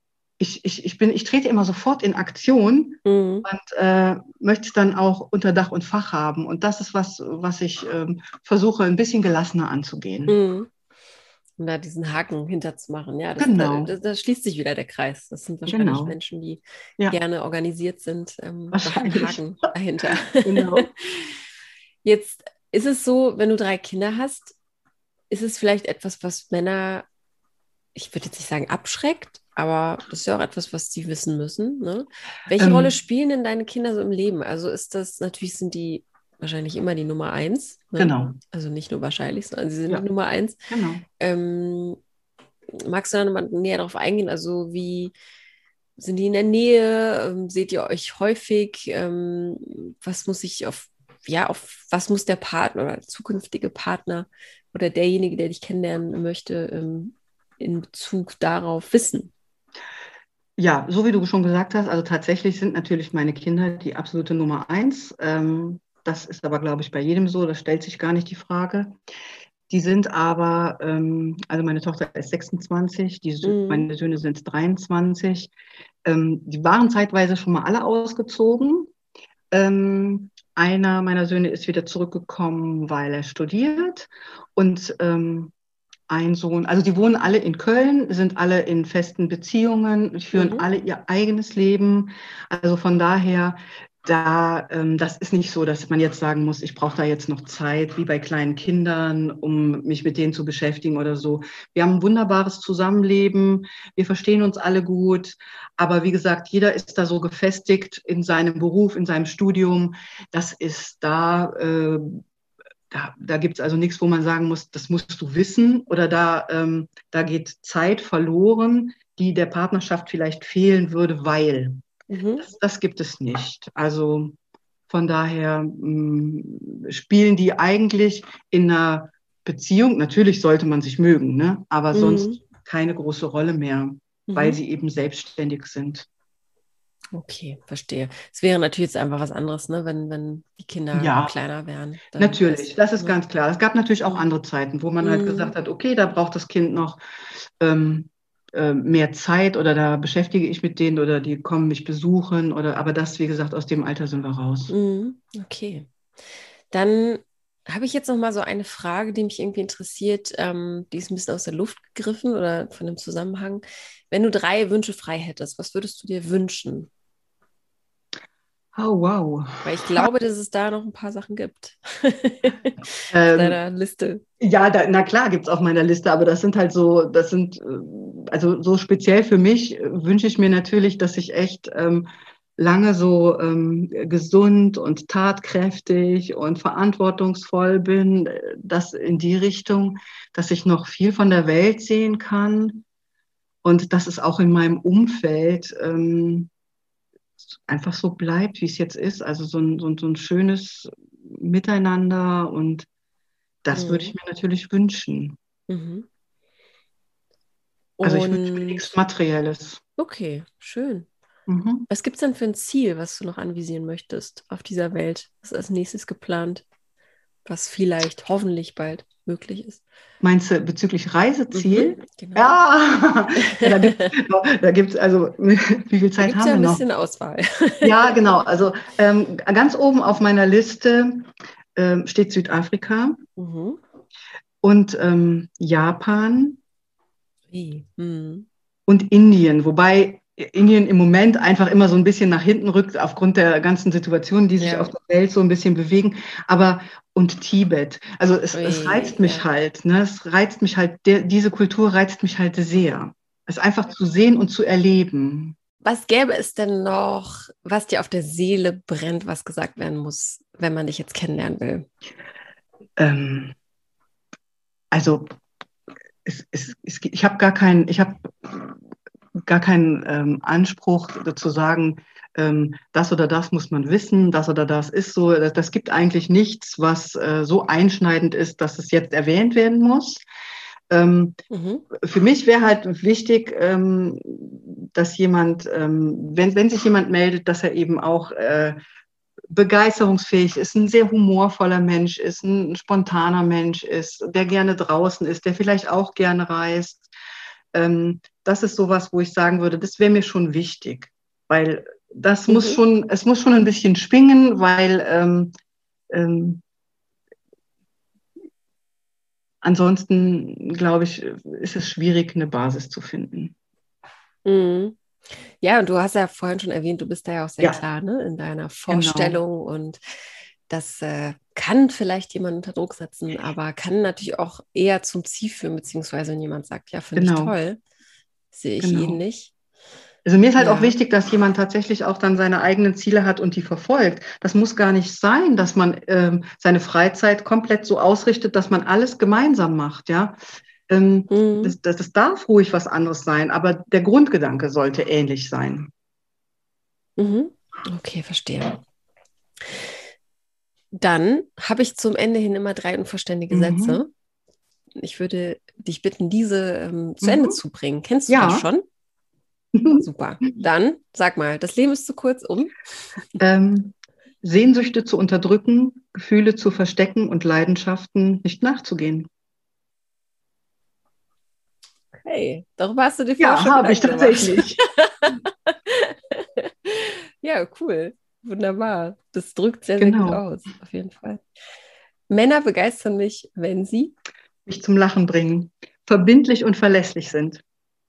Ich trete immer sofort in Aktion Mhm. und möchte es dann auch unter Dach und Fach haben. Und das ist was ich versuche, ein bisschen gelassener anzugehen. Mhm. Um da diesen Haken hinterzumachen. Ja, Genau, da schließt sich wieder der Kreis. Das sind wahrscheinlich genau. Menschen, die Ja, gerne organisiert sind, noch einen wahrscheinlich. Haken dahinter. Genau. Jetzt ist es so, wenn du 3 Kinder hast, ist es vielleicht etwas, was Männer, ich würde jetzt nicht sagen abschreckt, aber das ist ja auch etwas, was sie wissen müssen. Ne? Welche Rolle Ähm, spielen denn deine Kinder so im Leben? Also natürlich sind die wahrscheinlich immer die Nummer 1, ne? genau. Also nicht nur wahrscheinlich, sondern sie sind die Ja, Nummer 1. genau. Ähm, Magst du da nochmal näher darauf eingehen? Also wie sind die in der Nähe? Seht ihr euch häufig? Was muss ich auf was muss der Partner oder der zukünftige Partner oder derjenige, der dich kennenlernen möchte, in Bezug darauf wissen? Ja, so wie du schon gesagt hast, also tatsächlich sind natürlich meine Kinder die absolute Nummer eins. Das ist aber, glaube ich, bei jedem so, das stellt sich gar nicht die Frage. Die sind aber, also meine Tochter ist 26, Mhm. meine Söhne sind 23. Die waren zeitweise schon mal alle ausgezogen. Einer meiner Söhne ist wieder zurückgekommen, weil er studiert. Und ein Sohn, also die wohnen alle in Köln, sind alle in festen Beziehungen, führen Mhm. alle ihr eigenes Leben. Also von daher, das ist nicht so, dass man jetzt sagen muss, ich brauche da jetzt noch Zeit, wie bei kleinen Kindern, um mich mit denen zu beschäftigen oder so. Wir haben ein wunderbares Zusammenleben, wir verstehen uns alle gut, aber wie gesagt, jeder ist da so gefestigt in seinem Beruf, in seinem Studium. Das ist da gibt es also nichts, wo man sagen muss, das musst du wissen oder da geht Zeit verloren, die der Partnerschaft vielleicht fehlen würde, weil Mhm. das gibt es nicht. Also von daher spielen die eigentlich in einer Beziehung, natürlich sollte man sich mögen, ne? Aber Mhm. sonst keine große Rolle mehr, weil Mhm. sie eben selbstständig sind. Okay, verstehe. Es wäre natürlich jetzt einfach was anderes, ne, wenn die Kinder Ja, kleiner wären, dann wäre natürlich, es, das ist ne? ganz klar. Es gab natürlich auch Mhm. andere Zeiten, wo man halt gesagt Mhm. hat, okay, da braucht das Kind noch ähm, mehr Zeit oder da beschäftige ich mit denen oder die kommen mich besuchen oder aber das, wie gesagt, aus dem Alter sind wir raus. Mhm. Okay. Dann habe ich jetzt noch mal so eine Frage, die mich irgendwie interessiert. Die ist ein bisschen aus der Luft gegriffen oder von dem Zusammenhang. Wenn du 3 Wünsche frei hättest, was würdest du dir wünschen? Oh, wow. Weil ich glaube, dass es da noch ein paar Sachen gibt. Auf Ähm, deiner Liste. ja, na klar gibt es auf meiner Liste, aber also so speziell für mich wünsche ich mir natürlich, dass ich echt lange so gesund und tatkräftig und verantwortungsvoll bin, das in die Richtung, dass ich noch viel von der Welt sehen kann und dass es auch in meinem Umfeld einfach so bleibt, wie es jetzt ist. Also so ein schönes Miteinander und das würde ich Mhm. mir natürlich wünschen. Mhm. Also ich wünsche mir nichts Und Materielles. okay, schön. Mhm. Was gibt es denn für ein Ziel, was du noch anvisieren möchtest auf dieser Welt? Was ist als nächstes geplant, was vielleicht hoffentlich bald möglich ist? Meinst du bezüglich Mhm, Reiseziel? genau. Ja, ja da gibt's also, wie viel Da Zeit gibt es haben ja wir ein noch? bisschen Auswahl. Ja, genau. Also ganz oben auf meiner Liste steht Südafrika Mhm. und Japan Wie? Mhm. und Indien, wobei Indien im Moment einfach immer so ein bisschen nach hinten rückt aufgrund der ganzen Situationen, die sich auf Ja. der Welt so ein bisschen bewegen. Aber und Tibet. Also es Ui, reizt mich ja. halt, ne? Es reizt mich halt, diese Kultur reizt mich halt sehr. Es einfach zu sehen und zu erleben. Was gäbe es denn noch, was dir auf der Seele brennt, was gesagt werden muss, wenn man dich jetzt kennenlernen will? Ähm, also ich habe gar keinen Anspruch zu sagen, das oder das muss man wissen, das oder das ist so. Das gibt eigentlich nichts, was so einschneidend ist, dass es jetzt erwähnt werden muss. Mhm. Für mich wäre halt wichtig, dass jemand, wenn sich jemand meldet, dass er eben auch begeisterungsfähig ist, ein sehr humorvoller Mensch ist, ein spontaner Mensch ist, der gerne draußen ist, der vielleicht auch gerne reist. Das ist sowas, wo ich sagen würde, das wäre mir schon wichtig, weil Mhm. es muss schon ein bisschen schwingen, weil ähm, ansonsten, glaube ich, ist es schwierig, eine Basis zu finden. Mhm. Ja, und du hast ja vorhin schon erwähnt, du bist da ja auch sehr Ja, klar, ne, in deiner genau. Vorstellung und das kann vielleicht jemand unter Druck setzen, aber kann natürlich auch eher zum Ziel führen, beziehungsweise wenn jemand sagt, ja, finde ich Genau, toll, sehe ich genau. ähnlich. Also mir ist halt auch Ja. wichtig, dass jemand tatsächlich auch dann seine eigenen Ziele hat und die verfolgt. Das muss gar nicht sein, dass man seine Freizeit komplett so ausrichtet, dass man alles gemeinsam macht, ja. Mhm. Das darf ruhig was anderes sein, aber der Grundgedanke sollte ähnlich sein. Mhm. Okay, verstehe. Dann habe ich zum Ende hin immer 3 unvollständige Mhm. Sätze. Ich würde dich bitten, diese zu Ende Mhm. zu bringen. Kennst du das Ja. schon? Super. Dann sag mal, das Leben ist zu kurz, um. ähm, Sehnsüchte zu unterdrücken, Gefühle zu verstecken und Leidenschaften nicht nachzugehen. Hey, darüber hast du dir vorher Ja, schon habe ich Gedanken gemacht. tatsächlich. Ja, cool. Wunderbar. Das drückt sehr, sehr gut Genau. aus, auf jeden Fall. Männer begeistern mich, wenn sie, Mich zum Lachen bringen, verbindlich und verlässlich sind.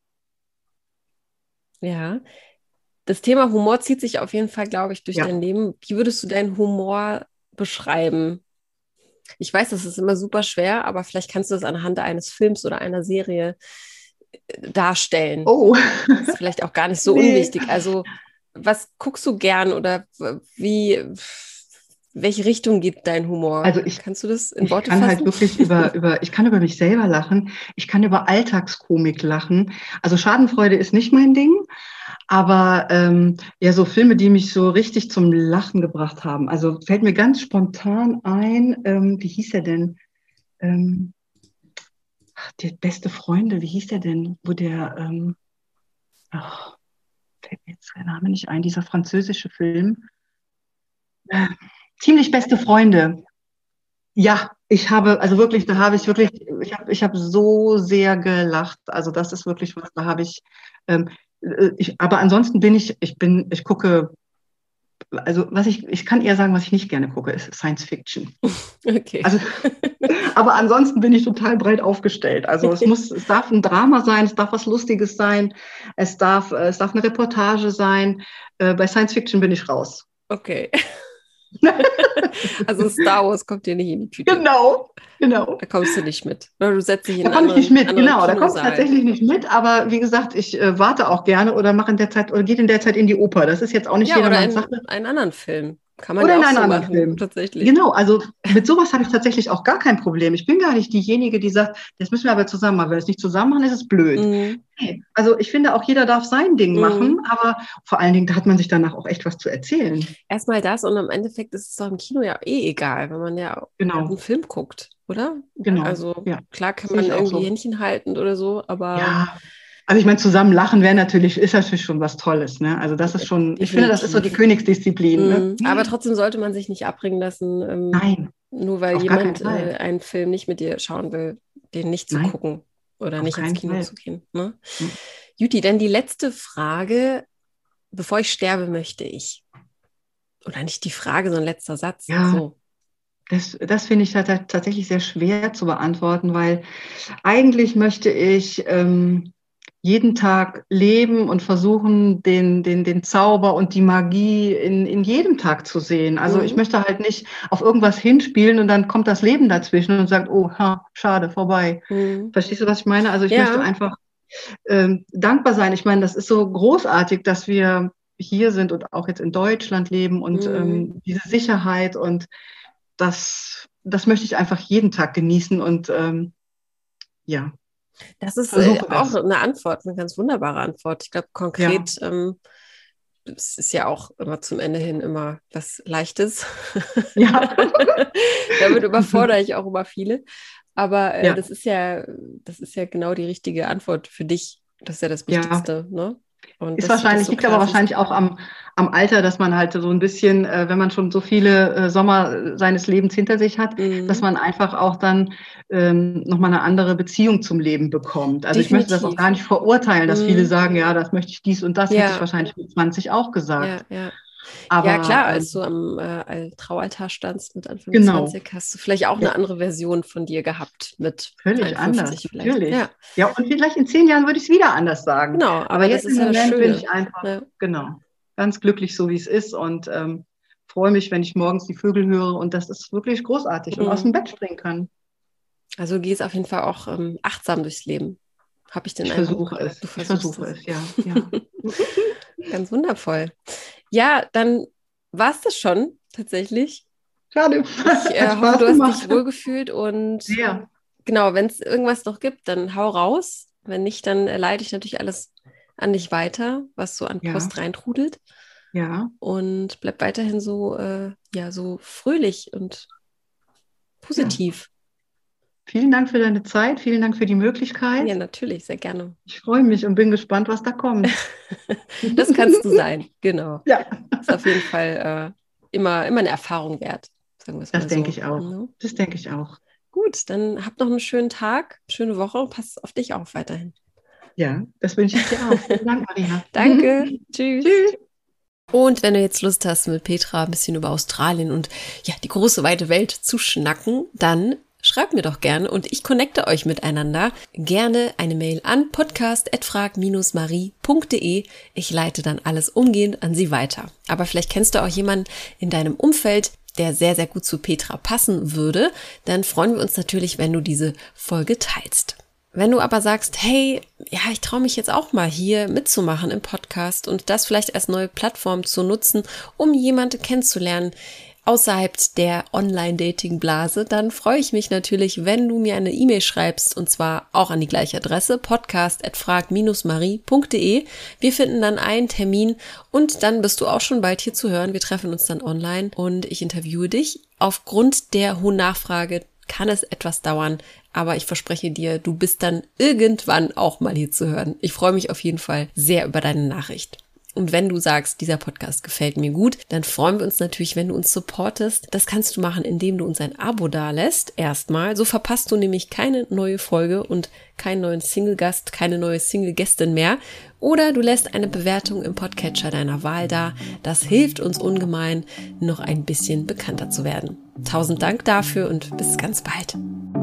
ja, das Thema Humor zieht sich auf jeden Fall, glaube ich, durch Ja. dein Leben. Wie würdest du deinen Humor beschreiben? Ich weiß, das ist immer super schwer, aber vielleicht kannst du das anhand eines Films oder einer Serie darstellen. Oh, Ist vielleicht auch gar nicht so nee. unwichtig. Also, was guckst du gern oder wie, welche Richtung geht dein Humor? Also Kannst du das in ich Worte kann halt fassen? wirklich ich kann über mich selber lachen. Ich kann über Alltagskomik lachen. Also Schadenfreude ist nicht mein Ding, aber ja, so Filme, die mich so richtig zum Lachen gebracht haben. Also fällt mir ganz spontan ein, wie hieß er denn? Ähm, der beste Freunde, wie hieß der denn? Wo der, ach, fällt mir jetzt der Name nicht ein, dieser französische Film. Äh, ziemlich beste Freunde. Ja, also wirklich, da habe ich wirklich, ich habe so sehr gelacht. Also das ist wirklich was, da habe ich, aber ansonsten ich gucke, also ich kann eher sagen, was ich nicht gerne gucke, ist Science Fiction. Okay. Also, aber ansonsten bin ich total breit aufgestellt. Also es darf ein Drama sein, es darf was Lustiges sein, es darf eine Reportage sein. Bei Science Fiction bin ich raus. Okay. Also Star Wars kommt dir nicht in die Tüte. Genau, genau. Da kommst du nicht mit. Oder du setzt dich in Da einen komme ich nicht anderen, mit, anderen genau. Da komme ich Kinosaal. tatsächlich nicht mit. Aber wie gesagt, ich warte auch gerne oder mache in der Zeit oder geht in der Zeit in die Oper. Das ist jetzt auch nicht Ja, oder jedermanns in Sache. einen anderen Film. Kann man Oder ja in auch einen so anderen machen, Film. tatsächlich. Genau, also mit sowas habe ich tatsächlich auch gar kein Problem. Ich bin gar nicht diejenige, die sagt, das müssen wir aber zusammen machen. Wenn wir es nicht zusammen machen, ist es blöd. Mhm. Nee. Also ich finde auch, jeder darf sein Ding machen, Mhm. aber vor allen Dingen, da hat man sich danach auch echt was zu erzählen. Erstmal das und im Endeffekt ist es doch im Kino ja eh egal, wenn man ja einen Genau, Film guckt, oder? genau. Also Ja, klar kann sehe man ich auch irgendwie so. Händchen halten oder so, aber Ja, also ich meine, zusammen lachen ist natürlich schon was Tolles, ne? Also das ist schon, ich finde, das ist so die definitiv. Königsdisziplin, ne? Aber trotzdem sollte man sich nicht abbringen lassen, Nein, nur weil auf gar keinen jemand Fall. einen Film nicht mit dir schauen will, den nicht zu Nein, gucken oder auf nicht ins keinen Kino Fall. zu gehen. Ne? Hm. Juti, dann die letzte Frage, bevor ich sterbe, möchte ich. Oder nicht die Frage, sondern letzter Satz. Ja, So. das finde ich tatsächlich sehr schwer zu beantworten, weil eigentlich möchte ich jeden Tag leben und versuchen, den Zauber und die Magie in jedem Tag zu sehen. Also ich Mhm. möchte halt nicht auf irgendwas hinspielen und dann kommt das Leben dazwischen und sagt, oh, ha, schade, vorbei. Mhm. Verstehst du, was ich meine? Also ich möchte Ja, einfach dankbar sein. Ich meine, das ist so großartig, dass wir hier sind und auch jetzt in Deutschland leben und diese Sicherheit und das möchte ich einfach jeden Tag genießen und ja. Das ist auch eine Antwort, eine ganz wunderbare Antwort. Ich glaube, konkret, es ist ja auch immer zum Ende hin immer was Leichtes. Ja. Damit überfordere ich auch immer viele. Aber das ist ja genau die richtige Antwort für dich. Das ist ja das Wichtigste, ne? Und liegt aber wahrscheinlich auch am Alter, dass man halt so ein bisschen, wenn man schon so viele Sommer seines Lebens hinter sich hat, dass man einfach auch dann nochmal eine andere Beziehung zum Leben bekommt. Also ich möchte das auch gar nicht verurteilen, dass viele sagen, ja, das möchte ich dies und das, hätte ich wahrscheinlich mit 20 auch gesagt. Ja. Aber, ja, klar, als du am Traualtar standst mit Anfang 20, hast du vielleicht auch eine andere Version von dir gehabt mit völlig 51 anders, vielleicht. Natürlich. Ja, und vielleicht in 10 Jahren würde ich es wieder anders sagen. Genau, aber jetzt das ist im Moment ja bin ich einfach, ganz glücklich, so wie es ist und freue mich, wenn ich morgens die Vögel höre und das ist wirklich großartig und aus dem Bett springen kann. Also du gehst auf jeden Fall auch achtsam durchs Leben. Habe ich den Eindruck. Ich versuche es, ja. Ganz wundervoll. Ja, dann war es das schon tatsächlich. Schade. Ich hoffe, du hast dich wohlgefühlt und genau, wenn es irgendwas noch gibt, dann hau raus. Wenn nicht, dann leite ich natürlich alles an dich weiter, was so an Post reintrudelt. Ja. Und bleib weiterhin so, so fröhlich und positiv. Ja. Vielen Dank für deine Zeit, vielen Dank für die Möglichkeit. Ja, natürlich, sehr gerne. Ich freue mich und bin gespannt, was da kommt. Das kannst du sein, genau. Ja. Ist auf jeden Fall immer eine Erfahrung wert, sagen wir es mal so. Das denke ich auch. Ja? Das denke ich auch. Gut, dann habt noch einen schönen Tag, schöne Woche und pass auf dich auf weiterhin. Ja, das wünsche ich dir auch. Vielen Dank, Maria. Danke. Tschüss. Tschüss. Und wenn du jetzt Lust hast, mit Petra ein bisschen über Australien und die große, weite Welt zu schnacken, dann schreibt mir doch gerne und ich connecte euch miteinander. Gerne eine Mail an podcast@frag-marie.de. Ich leite dann alles umgehend an sie weiter. Aber vielleicht kennst du auch jemanden in deinem Umfeld, der sehr, sehr gut zu Petra passen würde. Dann freuen wir uns natürlich, wenn du diese Folge teilst. Wenn du aber sagst, hey, ich traue mich jetzt auch mal hier mitzumachen im Podcast und das vielleicht als neue Plattform zu nutzen, um jemanden kennenzulernen, außerhalb der Online-Dating-Blase, dann freue ich mich natürlich, wenn du mir eine E-Mail schreibst und zwar auch an die gleiche Adresse, podcast@frag-marie.de. Wir finden dann einen Termin und dann bist du auch schon bald hier zu hören. Wir treffen uns dann online und ich interviewe dich. Aufgrund der hohen Nachfrage kann es etwas dauern, aber ich verspreche dir, du bist dann irgendwann auch mal hier zu hören. Ich freue mich auf jeden Fall sehr über deine Nachricht. Und wenn du sagst, dieser Podcast gefällt mir gut, dann freuen wir uns natürlich, wenn du uns supportest. Das kannst du machen, indem du uns ein Abo dalässt. Erstmal, so verpasst du nämlich keine neue Folge und keinen neuen Single-Gast, keine neue Single-Gästin mehr. Oder du lässt eine Bewertung im Podcatcher deiner Wahl da. Das hilft uns ungemein, noch ein bisschen bekannter zu werden. 1000 Dank dafür und bis ganz bald.